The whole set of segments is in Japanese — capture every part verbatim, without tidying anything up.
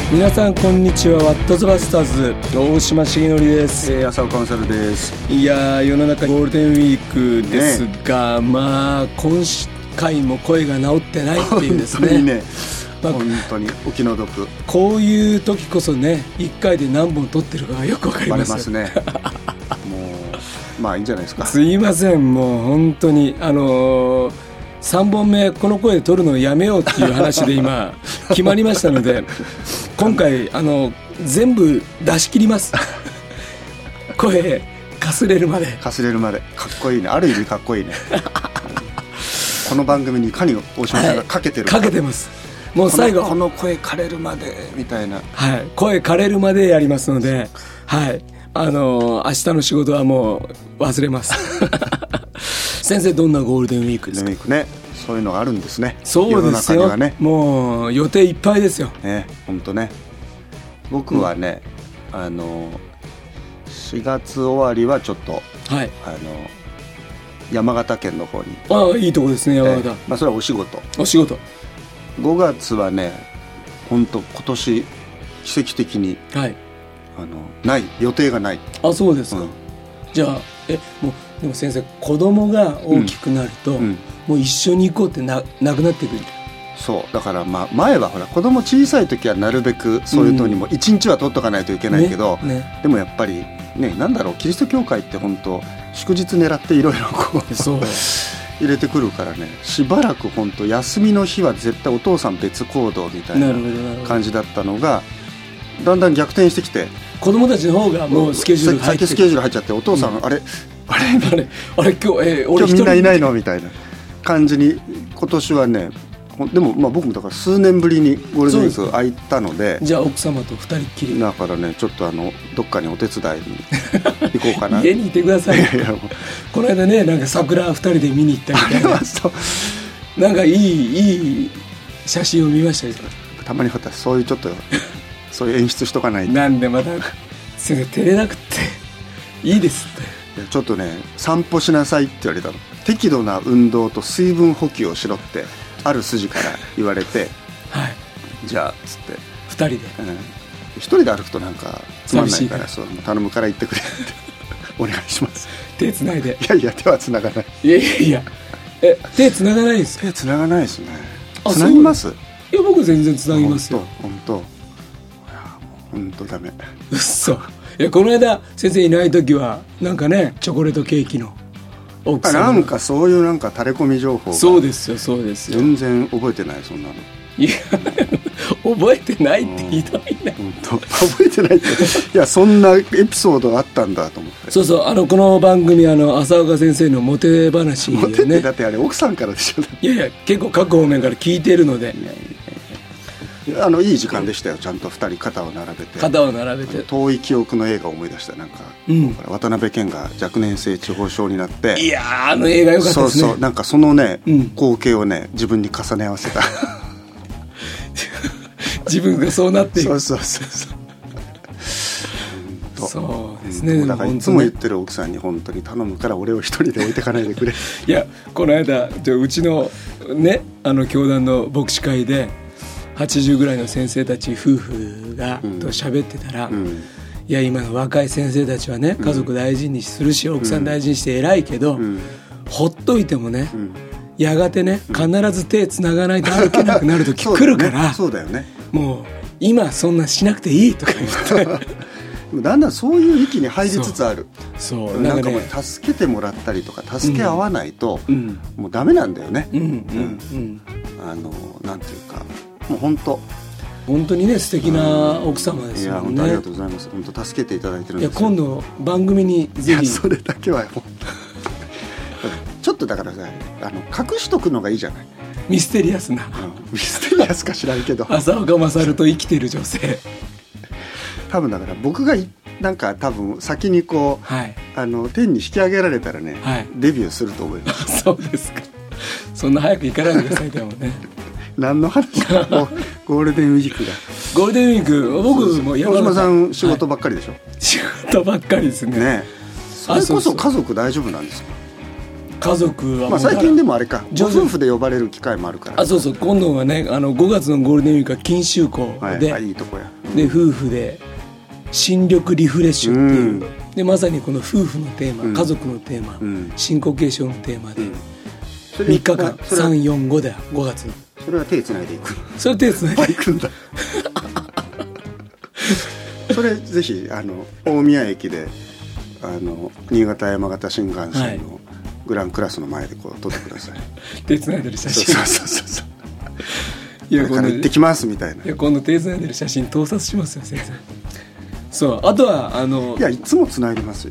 皆さんこんにちは。ワットズバスターズ大島重則です。 えー、浅岡勝です。 いやー、世の中ゴールデンウィークですが、ね、まあ今回も声が治ってないっていうですね。 本当にね、まあ、本当にお気の毒。 こういう時こそね、いっかいで何本撮ってるかがよくわかりますよ。 バレますね。もうまあいいんじゃないですか。 すいません、もう本当にあのーさんぼんめこの声で撮るのをやめようっていう話で今決まりましたので今回あの全部出し切ります声かすれるまでかすれるまでかっこいいね。ある意味かっこいいねこの番組にいかに大島さんがかけてるか、 はい、かけてます。もう最後この、この声枯れるまでみたいな、 はい、声枯れるまでやりますので、はい、あの明日の仕事はもう忘れます先生、どんなゴールデンウィークですか？ ゴールデンウィークね、そういうのがあるんですね。 そうですよ、ね、もう予定いっぱいですよね。本当ね。僕はね、うん、あのしがつ終わりはちょっと、はい、あの山形県の方に。 ああ、いいとこですね、山形。 えーまあ、それはお仕事お仕事ごがつはね、本当今年奇跡的に、はい、あのない予定がない。 あ、そうですか、うん、じゃあえもうでも先生、子供が大きくなると、うんうん、もう一緒に行こうって な, なくなってくる。 そうだから、まあ、前はほら子供小さい時はなるべくそういうのにもいちにちは取っとかないといけないけど、ねね、でもやっぱりね、なんだろう、キリスト教会って本当祝日狙っていろいろこうそう入れてくるからね、しばらく本当休みの日は絶対お父さん別行動みたいな感じだったのがだんだん逆転してきて、 子供たちの方がもうスケジュール入ってスケジュール入っちゃって、お父さん、うん、あれあれあれあれ今日、えー、俺今日みんないないのみたいな感じに今年はね。でもまあ僕もだから数年ぶりにゴールデンウィーク空いたので、 じゃあ奥様と二人っきりだからね、ちょっとあのどっかにお手伝いに行こうかな家にいてください。いやいや、この間ね、なんか桜二人で見に行ったみたいななんかいいいい写真を見ましたよ。 たまに私そういうちょっとそういう演出しとかないと。 なんでまた先生照れなくっていいですって。 ちょっとね、散歩しなさいって言われたの。適度な運動と水分補給をしろってある筋から言われてはい、じゃあつってふたりで、 うん、ひとりで歩くとなんかつまんないから、そう頼むから言ってくれってお願いします。 手つないで。 いやいや、手はつながない。 いやいやいや、え手つながないですか？ 手つながないですね。つなぎます？ いや、僕全然つなぎますよ。 本当本当ダメ。 うっそ。いや、この間先生いない時はなんかね、チョコレートケーキの奥さんなんかそういうなんか垂れ込み情報が。 そうですよそうですよ。 全然覚えてない、そんなの。 いや覚えてないってひどいな。 本当覚えてないっていや、そんなエピソードがあったんだと思って。 そうそう、あのこの番組、あの浅岡先生のモテ話をね、 モテってだってあれ奥さんからでしょ。 いやいや、結構各方面から聞いてるので。いやいやあのいい時間でしたよ。ちゃんとふたり肩を並べて肩を並べて遠い記憶の映画を思い出した。なんか、うん、渡辺謙が若年性痴呆症になって、 いやー、あの映画良かったですね。 そうそう、なんかそのね、うん、光景をね自分に重ね合わせた自分がそうなっていく。 そうそうそうそうそうですね、 うん、だからいつも言ってる奥さんに本当に頼むから俺を一人で置いてかないでくれいや、この間じゃうちのね、あの教団の牧師会ではちじゅうぐらいの先生たち夫婦がと喋ってたら、うんうん、いや今の若い先生たちはね、家族大事にするし、うん、奥さん大事にして偉いけど、うん、ほっといてもね、うん、やがてね、必ず手つながないと歩けなくなる時来るから、 そうだよね、 もう今そんなしなくていいとか言ってだんだんそういう域に入りつつある。 そう、 なんかもう助けてもらったりとか助け合わないと、うん、もうダメなんだよね。うんうんうん、あのなんていうか、もう本当本当にね、素敵な奥様ですよね。いや、 本当ありがとうございます。本当助けていただいてるんですよ。 いや、今度番組にぜひ。 いや、それだけはちょっとだからさ、あの隠しとくのがいいじゃない。 ミステリアスな、うん、 ミステリアスか知らんけど浅岡勝と生きてる女性多分だから僕がなんか多分先にこう、はい、あの天に引き上げられたらね、はい、デビューすると思います。 そうですか。そんな早く行かないでください。でもね何の話かゴールデンウィークがゴールデンウィーク、僕も山島さん仕事ばっかりでしょ、はい、 仕事ばっかりです ね, ねそれこそ家族大丈夫なんですか？ 家族は、 まあ、最近でもあれか、ご夫婦で呼ばれる機会もあるから。 あ、そうそう、今度はね、あのごがつのゴールデンウィークは錦秋湖で、 はいはい、いいとこや。 で夫婦で新緑リフレッシュっていう、うん、でまさにこの夫婦のテーマ、うん、家族のテーマ、うん、深呼吸症のテーマで、うん、みっかかんさん、よん、ごだよごがつのそれは手つないでいくそれ手つないでいくんだそれぜひあの大宮駅であの新潟山形新幹線のグランクラスの前でこう撮ってください、はい、 手つないでる写真そうそうそうそういやこれから行ってきますみたいないや今度手つないでる写真盗撮しますよ先生そうあとはあのいやいつもつないでますよ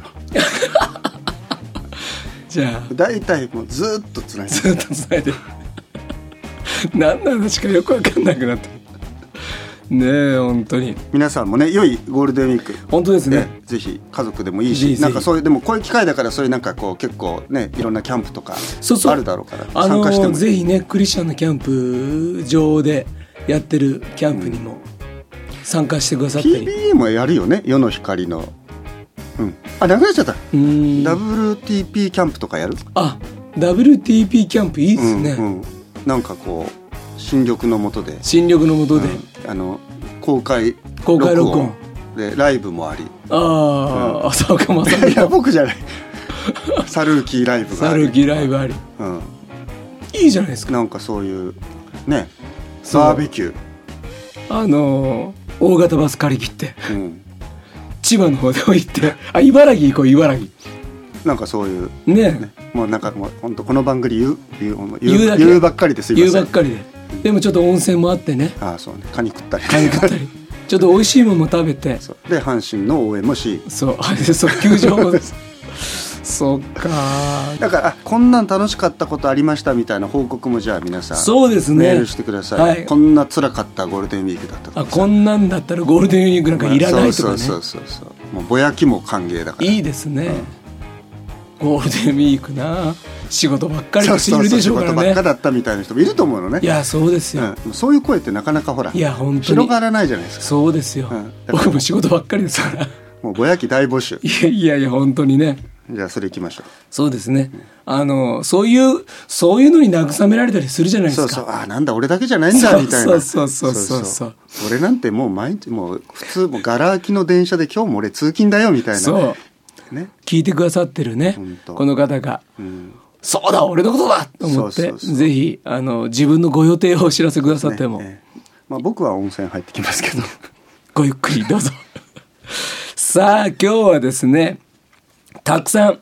じゃあだいたいもうずっとつないでずっとつないで何なのしかよく分かんなくなってねえ本当に皆さんもね良いゴールデンウィーク本当ですねぜひ家族でもいいしなんかそういうでもこういう機会だからそういうなんかこう結構ねいろんなキャンプとかあるだろうから参加しても、あのー、 ぜひねクリスチャンのキャンプ場でやってるキャンプにも参加してくださったり、 うん、ピービーエー もやるよね夜の光の、うん、あなくなっちゃったうん ダブリューティーピー キャンプとかやるあ ダブリューティーピー キャンプいいですね、うんうん、 なんかこう新緑の下で新緑の下で、 うん、あの公開公開録音でライブもありああ浅岡正美いや僕じゃないサルーキーライブがありサルーキーライブあり、うん、いいじゃないですかなんかそういうねバーベキューあのー、大型バス借り切って、うん、千葉の方でも行ってあ茨城行こう茨城なんかそういうね, ねもうなんかもう本当この番組言う言う言う言う言うばっかりですいません言うばっかりででもちょっと温泉もあってねああそうねカニ食ったりカニ食ったりちょっと美味しいものも食べてそうで阪神の応援もしそうそう球場もそっかだからあこんなん楽しかったことありましたみたいな報告もじゃあ皆さんそうですねメールしてください、はい、こんな辛かったゴールデンウィークだったとかあこんなんだったらゴールデンウィークなんかいらないとかねそうそうそうそうもうぼやきも歓迎だからいいですね、うん、ゴールデンウィークな仕事ばっかりの人いるでしょうからね仕事ばっかだったみたいな人もいると思うのねいやそうですよ、 うん、そういう声ってなかなかほらいや本当に広がらないじゃないですかそうですよ、うん、僕も仕事ばっかりですからもうぼやき大募集いやいやいや本当にねじゃあそれいきましょうそうですね、うん、あのそういうそういうのに慰められたりするじゃないですかそうそうあなんだ俺だけじゃないんだみたいなそうそうそうそうそう俺なんてもう毎日もう普通もうガラ空きの電車で今日も俺通勤だよみたいなそう、ね、聞いてくださってるねこの方が、うん、そうだ俺のことだと思ってそうそうそうぜひあの自分のご予定をお知らせくださっても、ねねまあ、僕は温泉入ってきますけどごゆっくりどうぞさあ今日はですねたくさん、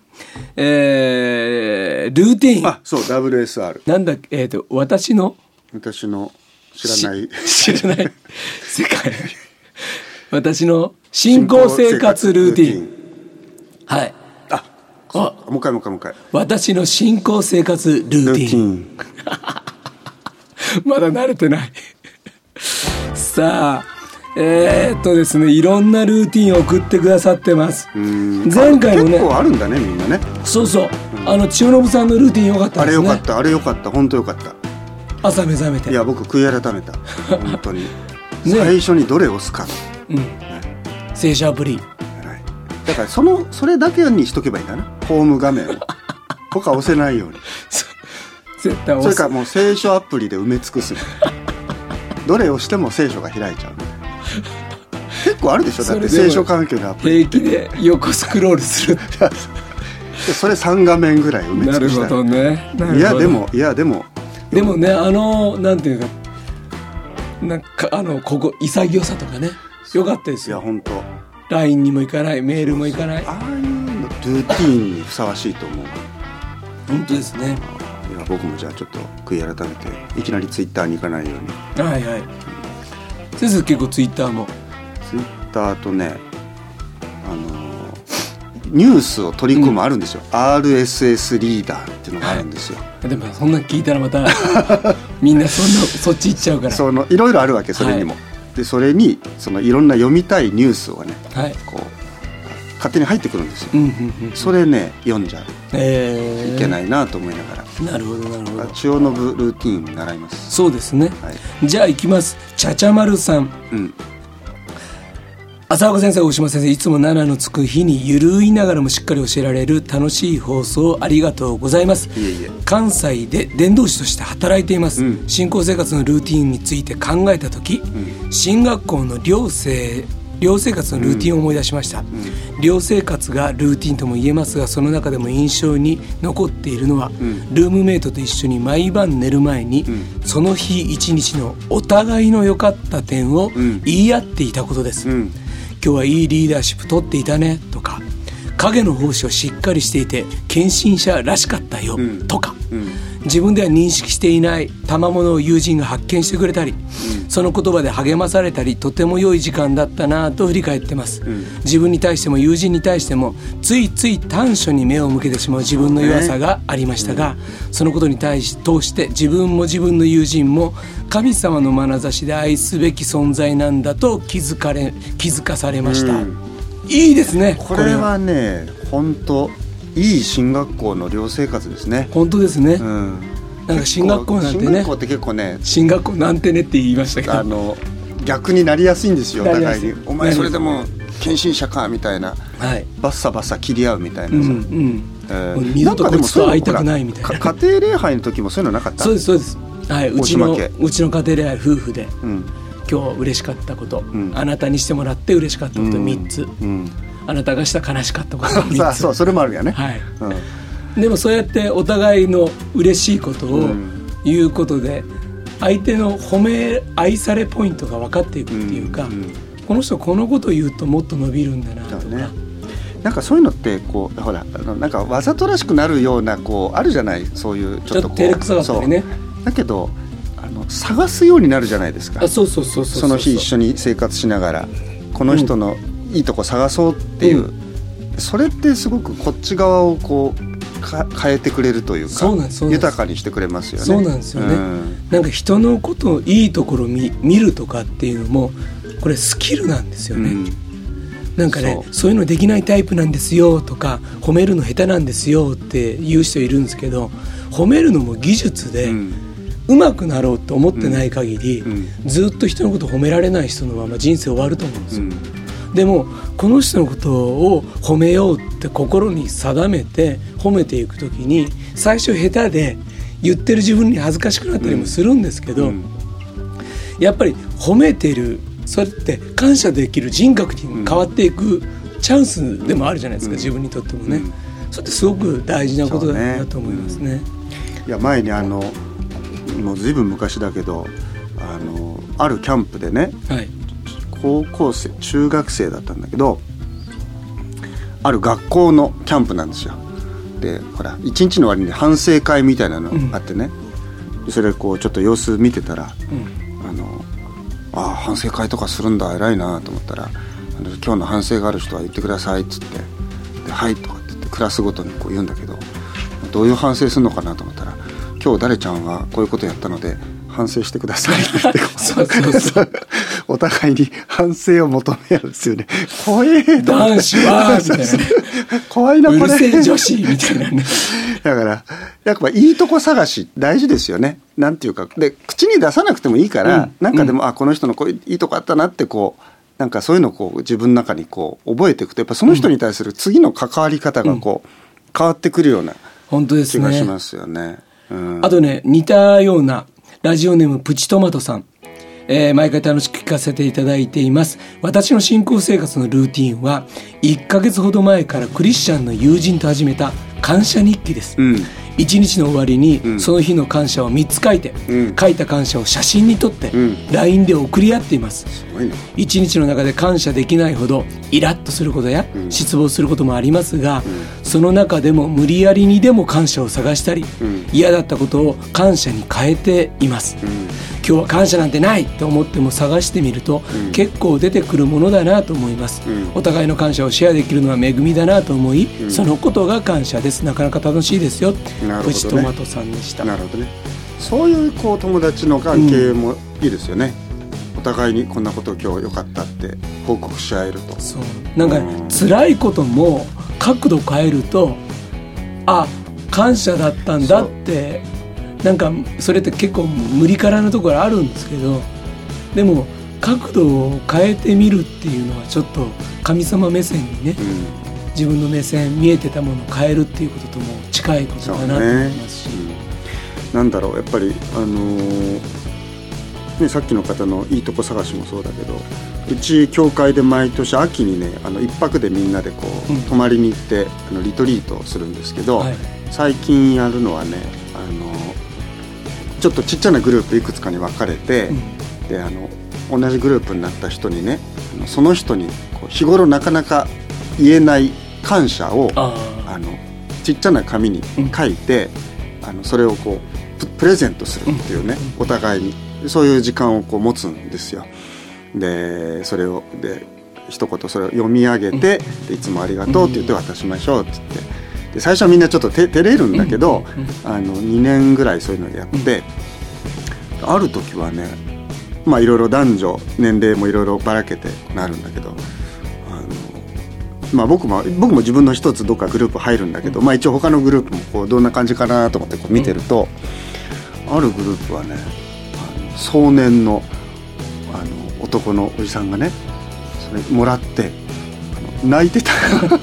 えー、ルーティーンあそう ダブリューエスアールなんだえーと私の私の知らない知らない世界私の信仰生活ルーティーンはいああもう一回もう一回もう一回私の信仰生活ルーティーン、ルーティーンまだ慣れてないさあえー、っとですねいろんなルーティンを送ってくださってます。うん前回もね結構あるんだねみんなねそうそう、うん、あの千代信さんのルーティン良かったですねあれ良かったあれ良かった本当良かった朝目覚めていや僕悔い改めた本当に、ね、最初にどれ押すか、 うんね、聖書アプリだからそのそれだけにしとけばいいんだなホーム画面を他押せないように絶対押すそれからもう聖書アプリで埋め尽くすどれをしても聖書が開いちゃう結構あるでしょだって聖書関係のアプリ平気で横スクロールするそれさん画面ぐらい埋め尽くしたなるほどねなるほどいやでもいやでもでもねあのなんていうかなんかあのここ潔さとかねよかったですよいや本当ライン にも行かないメールも行かないああいうのルーティーンにふさわしいと思う本当ですねいや僕もじゃあちょっと悔い改めていきなりツイッターに行かないようにはいはい先生結構ツイッターもツイッターとねあのニュースを取り込むあるんですよ、うん、アールエスエス リーダーっていうのがあるんですよ、 はい、でもそんな聞いたらまたみんなそんなそっち行っちゃうからそのいろいろあるわけそれにも、はい、でそれにそのいろんな読みたいニュースをね、はい、こう勝手に入ってくるんですよ、うんうんうん、それね読んじゃう、えー、いけないなと思いながらなるほどなるほど千代信ルーティーンに習いますそうですね、はい、じゃあ行きますちゃちゃまるさん、うん浅岡先生、大島先生、いつもななのつく日にゆるいながらもしっかり教えられる楽しい放送ありがとうございます。 いえいえ。 関西で伝道師として働いています、うん、信仰生活のルーティンについて考えた時、うん、進学校の寮生寮生活のルーティンを思い出しました、うんうん、寮生活がルーティンとも言えますが、その中でも印象に残っているのは、うん、ルームメイトと一緒に毎晩寝る前に、うん、その日一日のお互いの良かった点を言い合っていたことです、うん、今日はいいリーダーシップ取っていたねとか、影の奉仕をしっかりしていて献身者らしかったよ、うん、とか、うん、自分では認識していない賜物を友人が発見してくれたり、うん、その言葉で励まされたり、とても良い時間だったなと振り返ってます、うん、自分に対しても友人に対してもついつい短所に目を向けてしまう自分の弱さがありましたが、うん、そのことに対し通して自分も自分の友人も神様の眼差しで愛すべき存在なんだと気づかれ気づかされました、うん、いいですね。 これはね、本当いい進学校の寮生活ですね。 本当ですね、うん、なんか進学校なんてね、 進学校って結構ね、 進学校なんてねって言いましたけど、 あの逆になりやすいんですよ。お互いにお前それでも献身者かみたいな、はい、バッサバッサ切り合うみたいなさ、うんうんえー、二度とこいつと会いたくないみたいな。 家庭礼拝の時もそういうのなかった？ そうですそうです、はい、うちのうちの家庭礼拝夫婦で、うん、今日嬉しかったこと、うん、あなたにしてもらって嬉しかったことみっつ、うんうん、あなたがした悲しかったことみっつそうそれもあるよね、 はいうん、でもそうやってお互いの嬉しいことを言うことで、相手の褒め愛されポイントが分かっていくっていうか、うんうん、この人このことを言うともっと伸びるんだなとか、ね、 なんかそういうのってこうほらなんかわざとらしくなるようなこうあるじゃない、そういうちょっとこうちょっと照れくさかったりね。 だけどあの探すようになるじゃないですか。 あ、そうそうそうそうそう、 その日一緒に生活しながらこの人のいいとこ探そうっていう、うん、それってすごくこっち側をこうか変えてくれるというか、そうなんです、そうなんです、豊かにしてくれますよね。 そうなんですよね、うん、なんか人のことをいいところを 見, 見るとかっていうのもこれスキルなんですよね、うん、なんかね、そう、そういうのできないタイプなんですよとか、褒めるの下手なんですよって言う人いるんですけど、褒めるのも技術で、うんうまくなろうと思ってない限り、うんうん、ずっと人のことを褒められない人のまま人生終わると思うんですよ、うん、でもこの人のことを褒めようって心に定めて褒めていくときに、最初下手で言ってる自分に恥ずかしくなったりもするんですけど、うん、やっぱり褒めてる、それって感謝できる人格に変わっていくチャンスでもあるじゃないですか、うん、自分にとってもね、うん、それってすごく大事なことだなと思いますね。 いや前にあのもうずいぶん昔だけど あのあるキャンプでね、はい、高校生中学生だったんだけど、ある学校のキャンプなんですよ。でほら一日の終わりに反省会みたいなのがあってね、うん、それこうちょっと様子見てたら、うん、あのあ反省会とかするんだ偉いなと思ったら、あの今日の反省がある人は言ってくださいっつって、ではいとかって言ってクラスごとにこう言うんだけど、どういう反省するのかなと思ったら、今日誰ちゃんはこういうことやったので反省してくださいってそうそうそうお互いに反省を求め合うんですよね。怖い男子はみたいな、ね、 怖いなこれ、 うるせえ女子みたいなね。 だからやっぱいいとこ探し大事ですよね。なんていうかで口に出さなくてもいいから、うん、なんかでも、うん、あこの人のこういいとこあったなってこうなんかそういうのをこう自分の中にこう覚えていくと、やっぱその人に対する次の関わり方がこう、うん、変わってくるような気がしますよね。うん、 あとね、似たようなラジオネームプチトマトさん、えー、毎回楽しく聞かせていただいています。私の信仰生活のルーティンはいっかげつほど前からクリスチャンの友人と始めた感謝日記です、うん、いちにちの終わりにその日の感謝をみっつ書いて、うん、書いた感謝を写真に撮って、うん、ライン で送り合っています。すごいね。いちにちの中で感謝できないほどイラッとすることや、うん、失望することもありますが、うん、その中でも無理やりにでも感謝を探したり、うん、嫌だったことを感謝に変えています、うん、今日は感謝なんてないと思っても探してみると、うん、結構出てくるものだなと思います、うん、お互いの感謝をシェアできるのは恵みだなと思い、うん、そのことが感謝です。なかなか楽しいですよ。プチトマトさんでした。 なるほどね。そういうこう友達の関係もいいですよね、うん、お互いにこんなこと今日良かったって報告し合えると。 そうなんか、ね、うん、辛いことも角度変えるとあ感謝だったんだって、なんかそれって結構無理からなところあるんですけど、でも角度を変えてみるっていうのはちょっと神様目線にね、うん、自分の目線見えてたものを変えるっていうこととも近いことだなと思いますし、ねうん、なんだろうやっぱりあのーね、さっきの方のいいとこ探しもそうだけど、うち教会で毎年秋にねあの一泊でみんなでこう、うん、泊まりに行ってあのリトリートをするんですけど、はい、最近やるのはねあのちょっとちっちゃなグループいくつかに分かれて、うん、であの同じグループになった人にねその人にこう日頃なかなか言えない感謝をああのちっちゃな紙に書いて、うん、あのそれをこう プ, プレゼントするっていうね、うん、お互いにそういう時間をこう持つんですよ。でそれをで一言それを読み上げて、うん、でいつもありがとうって言って渡しましょうって言ってで最初はみんなちょっと照れるんだけど、うんうん、あのにねんぐらいそういうのをやって、うん、ある時はねまあいろいろ男女年齢もいろいろばらけてなるんだけど、あの、まあ、僕も僕も自分の一つどっかグループ入るんだけど、まあ、一応他のグループもこうどんな感じかなと思ってこう見てると、あるグループはねあの壮年の、あの男のおじさんがねそれもらってあの泣いてた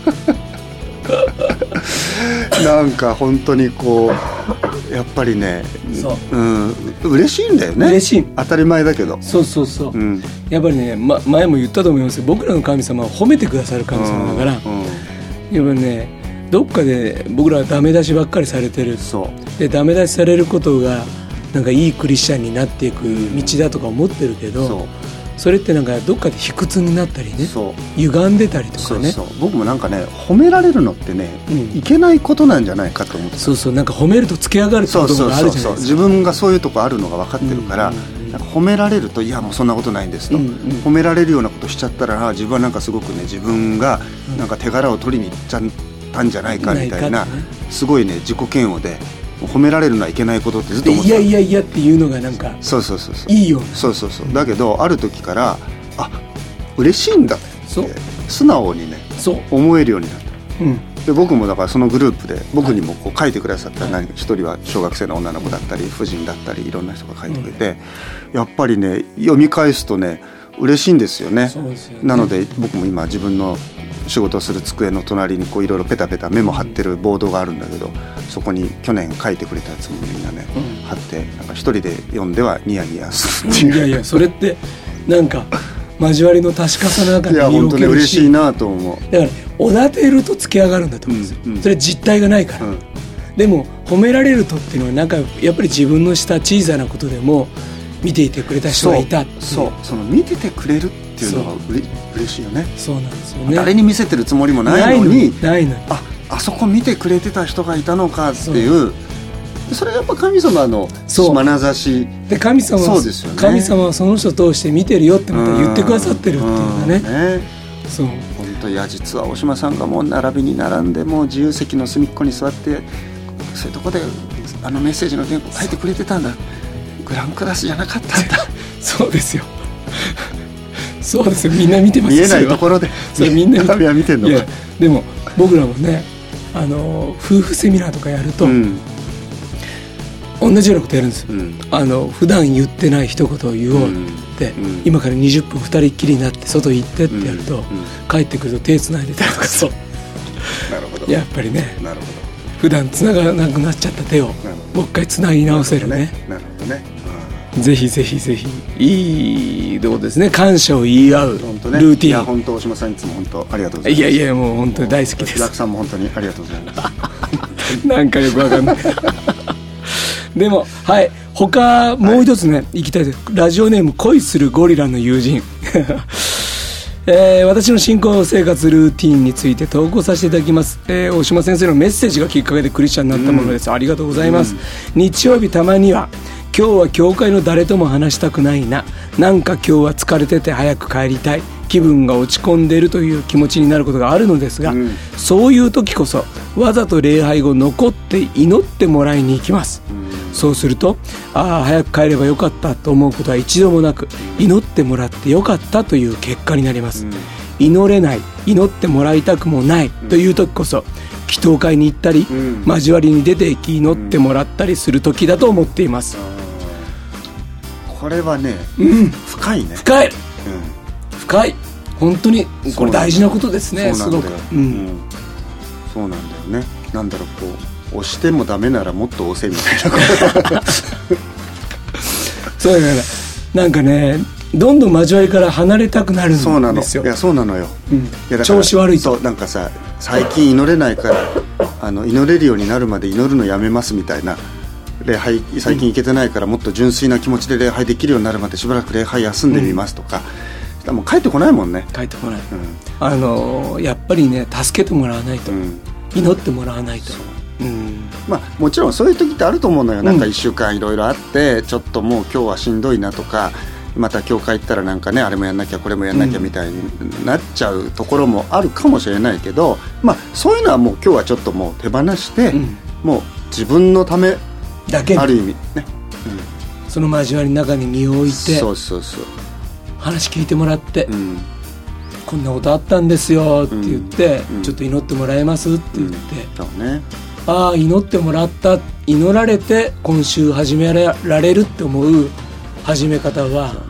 なんか本当にこうやっぱりねそう、うん、嬉しいんだよね。 嬉しい当たり前だけどそうそうそう、うん、やっぱりね、ま、前も言ったと思いますけど僕らの神様は褒めてくださる神様だから、うんうん、やっぱりねどっかで僕らはダメ出しばっかりされてる。そうでダメ出しされることがなんかいいクリスチャンになっていく道だとか思ってるけど、そうそれってなんかどっかで卑屈になったりね、そう歪んでたりとかね。 そうそう僕もなんかね褒められるのってね、うん、いけないことなんじゃないかと思って。 そうそうなんか褒めるとつけ上がるってことがあるじゃないですか。そうそうそう自分がそういうとこあるのが分かってるから、うんうんうん、なんか褒められるといやもうそんなことないんですと、うんうん、褒められるようなことしちゃったら自分はなんかすごくね自分がなんか手柄を取りに行っちゃったんじゃないかみたいな、ね、すごいね自己嫌悪で褒められるのはいけないことってずっと思ってた。 いやいやいやっていうのがなんかそうそうそうそういいよ。 そうそうそうだけどある時からあ嬉しいんだって素直にね思えるようになった、うん、で僕もだからそのグループで僕にもこう書いてくださった何か一人は小学生の女の子だったり婦人だったりいろんな人が書いてくれて、うん、やっぱりね読み返すとね嬉しいんですよね。そうですよね。なので僕も今自分の仕事をする机の隣にこういろいろペタペタメモ貼ってるボードがあるんだけど、そこに去年書いてくれたやつもみんなね、うん、貼ってなんか一人で読んではニヤニヤするっていう。 いやいやそれってなんか交わりの確かさの中に身を置けるし、いや本当に嬉しいなと思う。 だからおだてるとつけ上がるんだと思うんですよ、うんうん、それ実体がないから、うん、でも褒められるとっていうのはなんかやっぱり自分のした小さなことでも見ていてくれた人がいたっていう。 そうそうその見ててくれるっていうのがうれ嬉しいよね。 そうなんですよね。 誰に見せてるつもりもないのにないのにああそこ見てくれてた人がいたのかっていう、そ, それはやっぱ神様の眼差しで神様はそうですよね。神様はその人を通して見てるよってまた言ってくださってるっていうのがね、うんねそう本当いや実は大島さんがもう並びに並んでもう自由席の隅っこに座ってそういうとこであのメッセージの原稿書いてくれてたんだ、グランクラスじゃなかったんだそうですよそうですよみんな見てますよ。 見えないところでそれみんな見て見てんのか。いやでも僕らもねあの夫婦セミナーとかやると、うん、同じようなことやるんですよ、うん、あの普段言ってない一言を言おうって、うん、今からにじゅっぷんふたりっきりになって外行ってってやると、うんうん、帰ってくると手つないでたりとかそうなるほどやっぱりねなるほど普段つながらなくなっちゃった手をもう一回つなぎ直せるね。 なるほどね。 ぜひぜひぜひいいとこですね。感謝を言い合うルーティン。いや本当大島さんいつも本当ありがとうございます。 いやいやもう本当に大好きです。 ザクさんも本当にありがとうございますなんかよくわかんないでもはい他もう一つね、はい、行きたいです。ラジオネーム恋するゴリラの友人えー、私の信仰生活ルーティンについて投稿させていただきます、えー、大島先生のメッセージがきっかけでクリスチャンになったものです、うん、ありがとうございます、うん、日曜日たまには今日は教会の誰とも話したくないな、なんか今日は疲れてて早く帰りたい、気分が落ち込んでいるという気持ちになることがあるのですが、うん、そういう時こそわざと礼拝後残って祈ってもらいに行きます、うん、そうするとああ早く帰ればよかったと思うことは一度もなく、祈ってもらってよかったという結果になります、うん、祈れない、祈ってもらいたくもないという時こそ祈祷会に行ったり、うん、交わりに出て行き祈ってもらったりする時だと思っています、 これはね、うん、深いね。 深いうん、深い本当にこれ大事なことですね。 そうなんだよ、 すごく、うんうん、 そうなんだよね。なんだろう、こう押してもダメならもっと押せみたいなそうだね、なんかねどんどん交わりから離れたくなるんですよ。 そうなの、いやそうなのよ、うん、いやだから調子悪いと。 そうなんかさ、最近祈れないからあの祈れるようになるまで祈るのやめますみたいな、礼拝最近行けてないからもっと純粋な気持ちで礼拝できるようになるまでしばらく礼拝休んでみますとか、うん、もう帰ってこないもんね。 帰ってこない、うん、あのやっぱりね助けてもらわないと、うん、祈ってもらわないと、うん、 まあ、もちろんそういう時ってあると思うのよ。なんかいっしゅうかんいろいろあってちょっともう今日はしんどいなとか、また教会行ったらなんかねあれもやんなきゃこれもやんなきゃみたいになっちゃうところもあるかもしれないけど、まあ、そういうのはもう今日はちょっともう手放して、うん、もう自分のためだけある意味ね、 うん、その交わりの中に身を置いて、 そうそうそう、 話聞いてもらって、うん、こんなことあったんですよって言って、うん、ちょっと祈ってもらえますって言って、 うん、そうね、 ああ祈ってもらった、祈られて今週始められるって思う始め方は、ね、やっ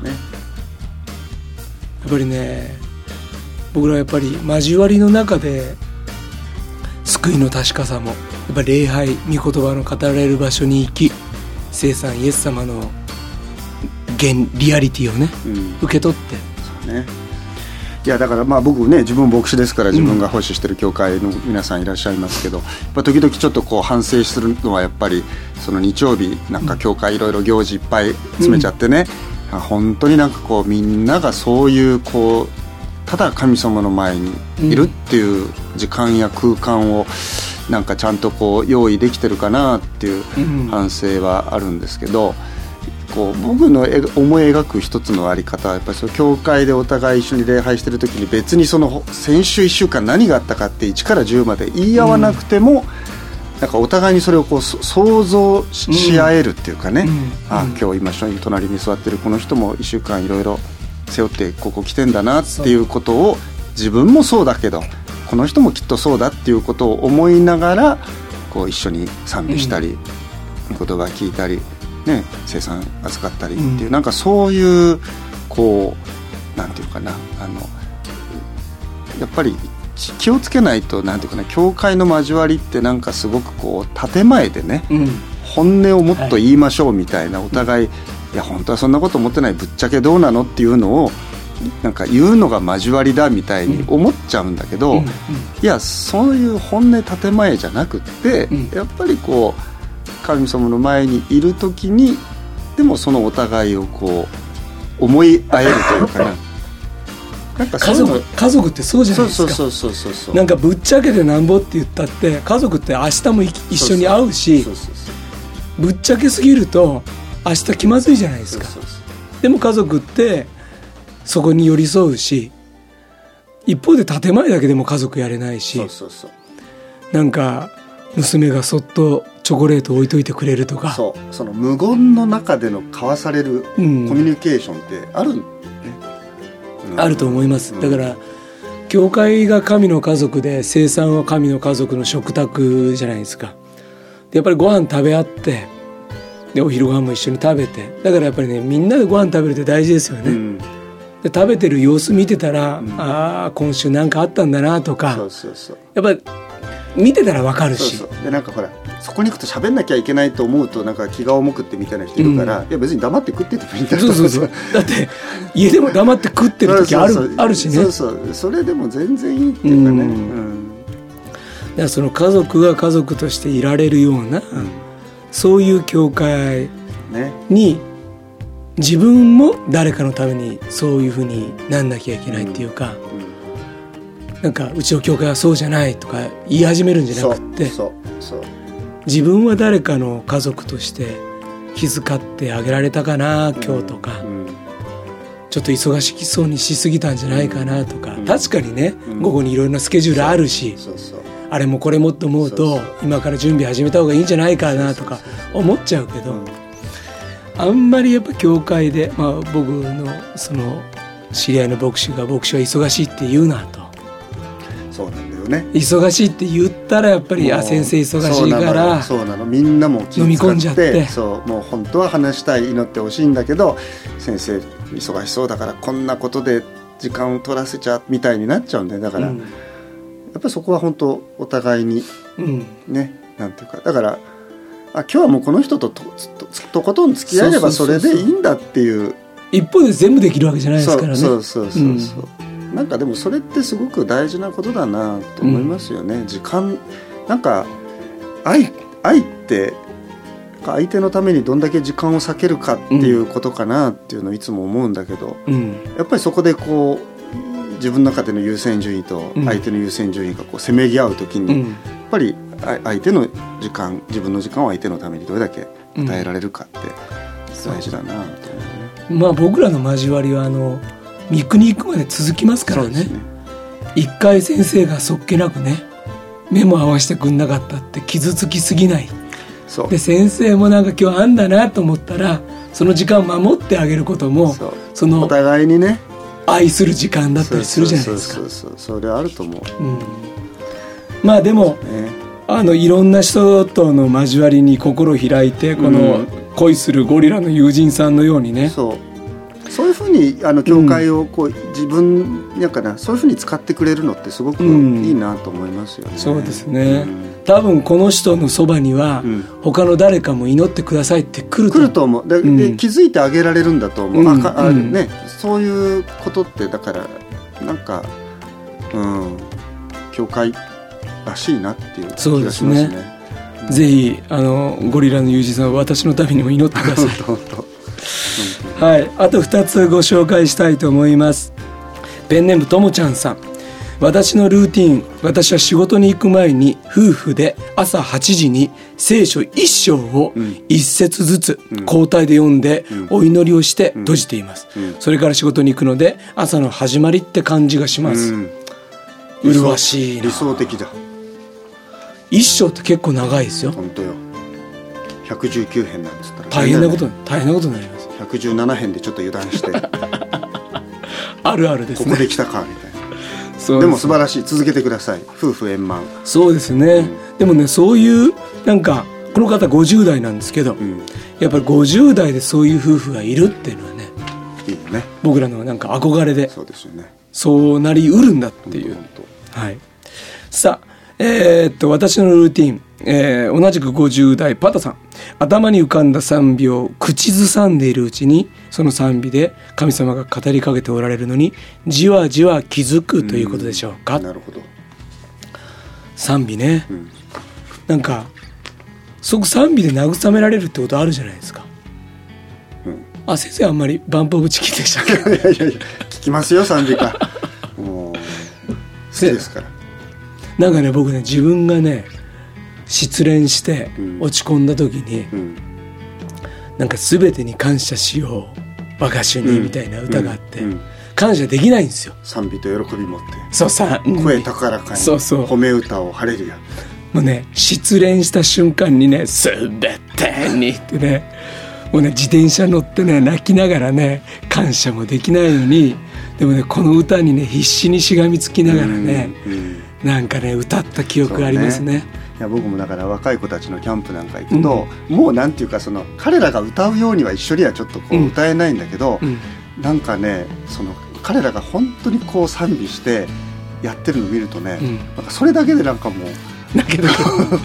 ぱりね、僕らはやっぱり交わりの中で救いの確かさも、やっぱり礼拝、御言葉の語られる場所に行き、聖さんイエス様の現リアリティをね、うん、受け取って、 そうね、いやだからまあ僕ね、自分牧師ですから自分が奉仕してる教会の皆さんいらっしゃいますけど、うん、やっぱ時々ちょっとこう反省するのはやっぱりその日曜日なんか教会いろいろ行事いっぱい詰めちゃってね、うん、本当になんかこうみんながそういうこうただ神様の前にいるっていう時間や空間をなんかちゃんとこう用意できてるかなっていう反省はあるんですけど、こう僕の思い描く一つのあり方はやっぱりその教会でお互い一緒に礼拝してる時に別にその先週いっしゅうかん何があったかっていちからじゅうまで言い合わなくても、うん、なんかお互いにそれをこう想像 し,、し合えるっていうかね、うん、あ、今日今一緒に隣に座ってるこの人もいっしゅうかんいろいろ背負ってここ来てんだなっていうことを、自分もそうだけどこの人もきっとそうだっていうことを思いながらこう一緒に賛美したり、うん、言葉聞いたりね、生産扱ったりっていう、うん、なんかそういうこうなんていうかな、あのやっぱり気をつけないと、なんていうかな、教会の交わりってなんかすごくこう建前でね、うん、本音をもっと言いましょうみたいな、はい、お互い、いや本当はそんなこと思ってない、ぶっちゃけどうなのっていうのをなんか言うのが交わりだみたいに思っちゃうんだけど、うんうんうん、いやそういう本音建前じゃなくって、うん、やっぱりこう神様の前にいるときにでもそのお互いをこう思い合えるというかな、なんか家族家族ってそうじゃないですか。 そうそうそうそうそう、 なんかぶっちゃけてなんぼって言ったって家族って明日も一緒に会うし、そうそうそうそう、ぶっちゃけすぎると明日気まずいじゃないですか。そうそうそう、でも家族ってそこに寄り添うし、一方で建前だけでも家族やれないし、そうそうそう、なんか娘がそっとチョコレート置いといてくれるとか、 そう、その無言の中での交わされるコミュニケーションってあるんだよね、 うん、あると思います、うん、だから教会が神の家族で生産は神の家族の食卓じゃないですか。でやっぱりご飯食べ合って、でお昼ご飯も一緒に食べて、だからやっぱりね、みんなでご飯食べるって大事ですよね、うん、で食べてる様子見てたら、うん、ああ今週なんかあったんだなとか、そうそうそう、やっぱり見てたら分かるし、 そうそう、でなんかほらそこに行くと喋んなきゃいけないと思うとなんか気が重くってみたいな人いるから、うん、いや別に黙って食っててもいいんだと。 そうそうそう、だって家でも黙って食ってる時あるそうそうそう、 あるしね。 そうそう、それでも全然いいっていうかね、うんうん、 だからその家族が家族としていられるような、うん、そういう教会に、ね、自分も誰かのためにそういうふうになんなきゃいけないっていうか、うんうん、なんかうちの教会はそうじゃないとか言い始めるんじゃなくって、そうそうそう、自分は誰かの家族として気遣ってあげられたかな今日とか、うんうん、ちょっと忙しそうにしすぎたんじゃないかなとか、うん、確かにね、うん、午後にいろいろなスケジュールあるし、そうそうそう、あれもこれもと思うとそうそう、今から準備始めた方がいいんじゃないかなとか思っちゃうけど、うん、あんまりやっぱ教会で、まあ、僕のその知り合いの牧師が牧師は忙しいって言うなと。 そうなんだよね、 忙しいって言ったらやっぱりあ先生忙しいからそうなの、みんなも気飲み込んじゃって、 そう、もう本当は話したい、祈ってほしいんだけど先生忙しそうだからこんなことで時間を取らせちゃうみたいになっちゃうんで、だから、うん、やっぱりそこは本当お互いにね、うん、なんていうか、だからあ今日はもうこの人と と, と, とことん付き合えればそれでいいんだっていう、そうそうそうそう、 一方で全部できるわけじゃないですからね。 そうそうそうそうそう、うん、なんかでもそれってすごく大事なことだなと思いますよね、うん、時間なんか 愛, 愛って相手のためにどんだけ時間を割けるかっていうことかなっていうのをいつも思うんだけど、うん、やっぱりそこでこう自分の中での優先順位と相手の優先順位がこうせめぎ合うときに、うん、やっぱり相手の時間、自分の時間を相手のためにどれだけ与えられるかって大事だなと思うね、 うん、まあ僕らの交わりはあの三国行くまで続きますからね。一回先生がそっけなくね目も合わせてくんなかったって傷つきすぎない。そうで先生もなんか今日あんだなと思ったらその時間を守ってあげることも そ, そのお互いにね愛する時間だったりするじゃないですか。 そうそうそうそう、それあると思う、うん、 まあでも、ね、あのいろんな人との交わりに心を開いてこの恋するゴリラの友人さんのようにね、 そうそういうふうにあの教会をこう、うん、自分やからそういうふうに使ってくれるのってすごくいいなと思いますよね、うん、 そうですね、うん、多分この人のそばには、うん、他の誰かも祈ってくださいって来ると思う、来ると思うで、うん、で気づいてあげられるんだと思う、うん、ああ、ね、そういうことってだからなんか、うん、教会らしいなっていう気がしますね。そうですね、うん、ぜひあのゴリラの友人さんは私のためにも祈ってください本当はい、あとふたつご紹介したいと思います。ペンネームともちゃんさん。私のルーティン、私は仕事に行く前に夫婦で朝はちじに聖書一章を一節ずつ交代で読んでお祈りをして閉じています。それから仕事に行くので朝の始まりって感じがします。麗しいな。 理想的だ。 一章って結構長いですよ。 本当よ。ひゃくじゅうきゅうへんなんつったら大変なこと、大変なことになります。 ひゃくじゅうななへんでちょっと油断してあるあるですね。 ここで来たかみたいな。そうでも素晴らしい、続けてください。夫婦円満。 そうですね、うん、でもねそういうなんかこの方ごじゅう代なんですけど、うん、やっぱりごじゅう代でそういう夫婦がいるっていうのはね、 いいよね、 僕らのなんか憧れで、 そうですよね、 そうなりうるんだっていう、はい、さあえー、っと私のルーティン、えー、同じくごじゅう代パタさん。頭に浮かんだ賛美を口ずさんでいるうちにその賛美で神様が語りかけておられるのにじわじわ気づくということでしょうか。 うなるほど。 賛美ね、うん、なんかすごく賛美で慰められるってことあるじゃないですか、うん、あ先生あんまりバンプオブチキンでしたっけいやいやいや聞きますよ賛美歌もう好きですから。 なんかね僕ね自分がね失恋して落ち込んだ時に、うん、なんか全てに感謝しよう我が主にみたいな歌があって、うんうん、感謝できないんですよ。 賛美と喜び持ってそうさ、うん、 声高らかにそうそう褒め歌をハレルヤ。 もうね失恋した瞬間にね全てにってねもうね自転車乗ってね泣きながらね感謝もできないのにでもねこの歌にね必死にしがみつきながらね、うんうん、なんかね歌った記憶がありますね。 いや僕もだから若い子たちのキャンプなんか行くと、うん、もうなんていうかその彼らが歌うようには一緒にはちょっとこう歌えないんだけど、うん、なんかねその彼らが本当にこう賛美してやってるのを見るとね、うん、なんかそれだけでなんかもうだけど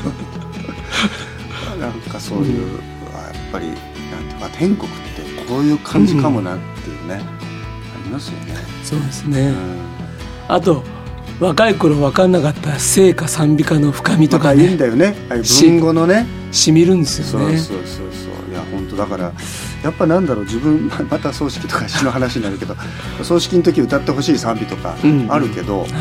なんかそういう、うん、やっぱりなんていうか天国ってこういう感じかもなっていうね、うん、ありますよね。 そうですね、うん、あと若い頃分かんなかった聖歌賛美歌の深みとかね、 いいんだよね、ああいう文語のねしみるんですよね。 そうそうそうそう、いや本当だからやっぱなんだろう自分また葬式とか詩の話になるけど葬式の時歌ってほしい賛美とかあるけど、うんうんはい、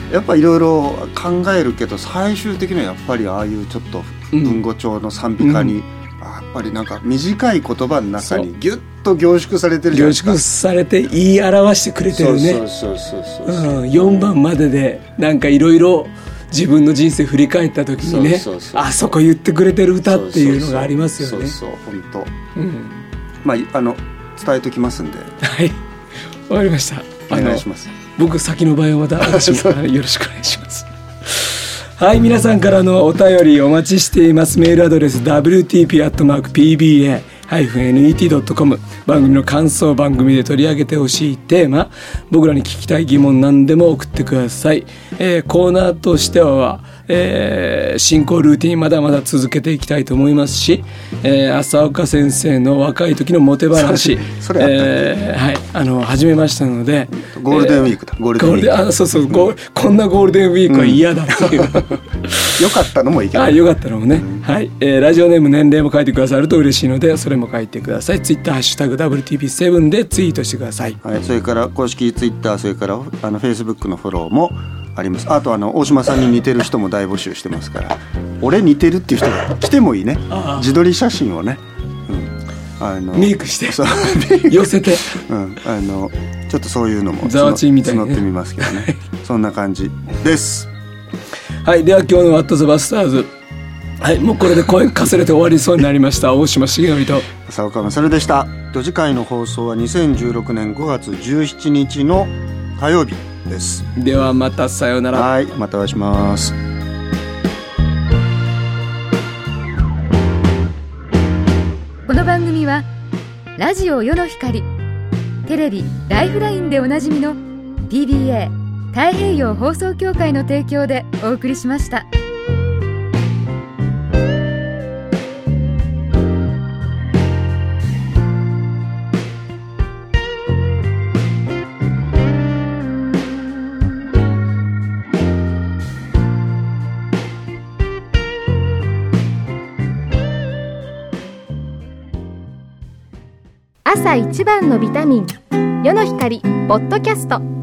やっぱいろいろ考えるけど最終的にはやっぱりああいうちょっと文語調の賛美歌に、うんうんやっぱりなんか短い言葉の中にギュッと凝縮されてるじゃないですか。 凝縮されて言い表してくれてるね。そうそうそうそうそう、うん、よんばんまででなんかいろいろ自分の人生振り返った時にね、そうそうそう、あそこ言ってくれてる歌っていうのがありますよね。 そうそうそう、本当、うん、まああの伝えときますんで。 はい、わかりました。 お願いします。 僕先の場合はまた私もよろしくお願いします。はい、皆さんからのお便りお待ちしています。メールアドレス ダブリューティーピー アットマーク ピービーエーハイフンエヌイーティードットコム 番組の感想、番組で取り上げてほしいテーマ、僕らに聞きたい疑問何でも送ってください。えー、コーナーとしては、えー、進行ルーティンまだまだ続けていきたいと思いますし、えー、浅岡先生の若い時のモテ話それそれえーはい、あの始めましたので、 ゴールデンウィークだ、 えー、 ゴールデンウィーク、 あ、そうそう、うん、こんなゴールデンウィークは嫌だっていう、うん、 よかったのもいけない、 あ、よかったのもね、うん、はい、えー、ラジオネーム年齢も書いてくださると嬉しいのでそれも書いてください。ツイッターハッシュタグ ダブリューティービーセブン でツイートしてください。 はい、それから公式ツイッター、それからあのフェイスブックのフォローもあります。あとあの大島さんに似てる人も大募集してますから、俺似てるっていう人が来てもいいね。自撮り写真をね、うん、あのメイクして寄せて、 うん、あのちょっとそういうのもザワチンみたいに、ね、 募ってみますけどねそんな感じです。 はい、では今日のワットザバスターズ、はい、もうこれで声かすれて終わりそうになりました大島重則と浅岡勝でした。次回の放送はにせんじゅうろくねんごがつじゅうしちにちの火曜日です。 ではまたさようなら。 はい、またお会いします。 この番組はラジオ世の光、テレビライフラインでおなじみの ティービーエー 太平洋放送協会の提供でお送りしました。朝一番のビタミン、世の光ポッドキャスト。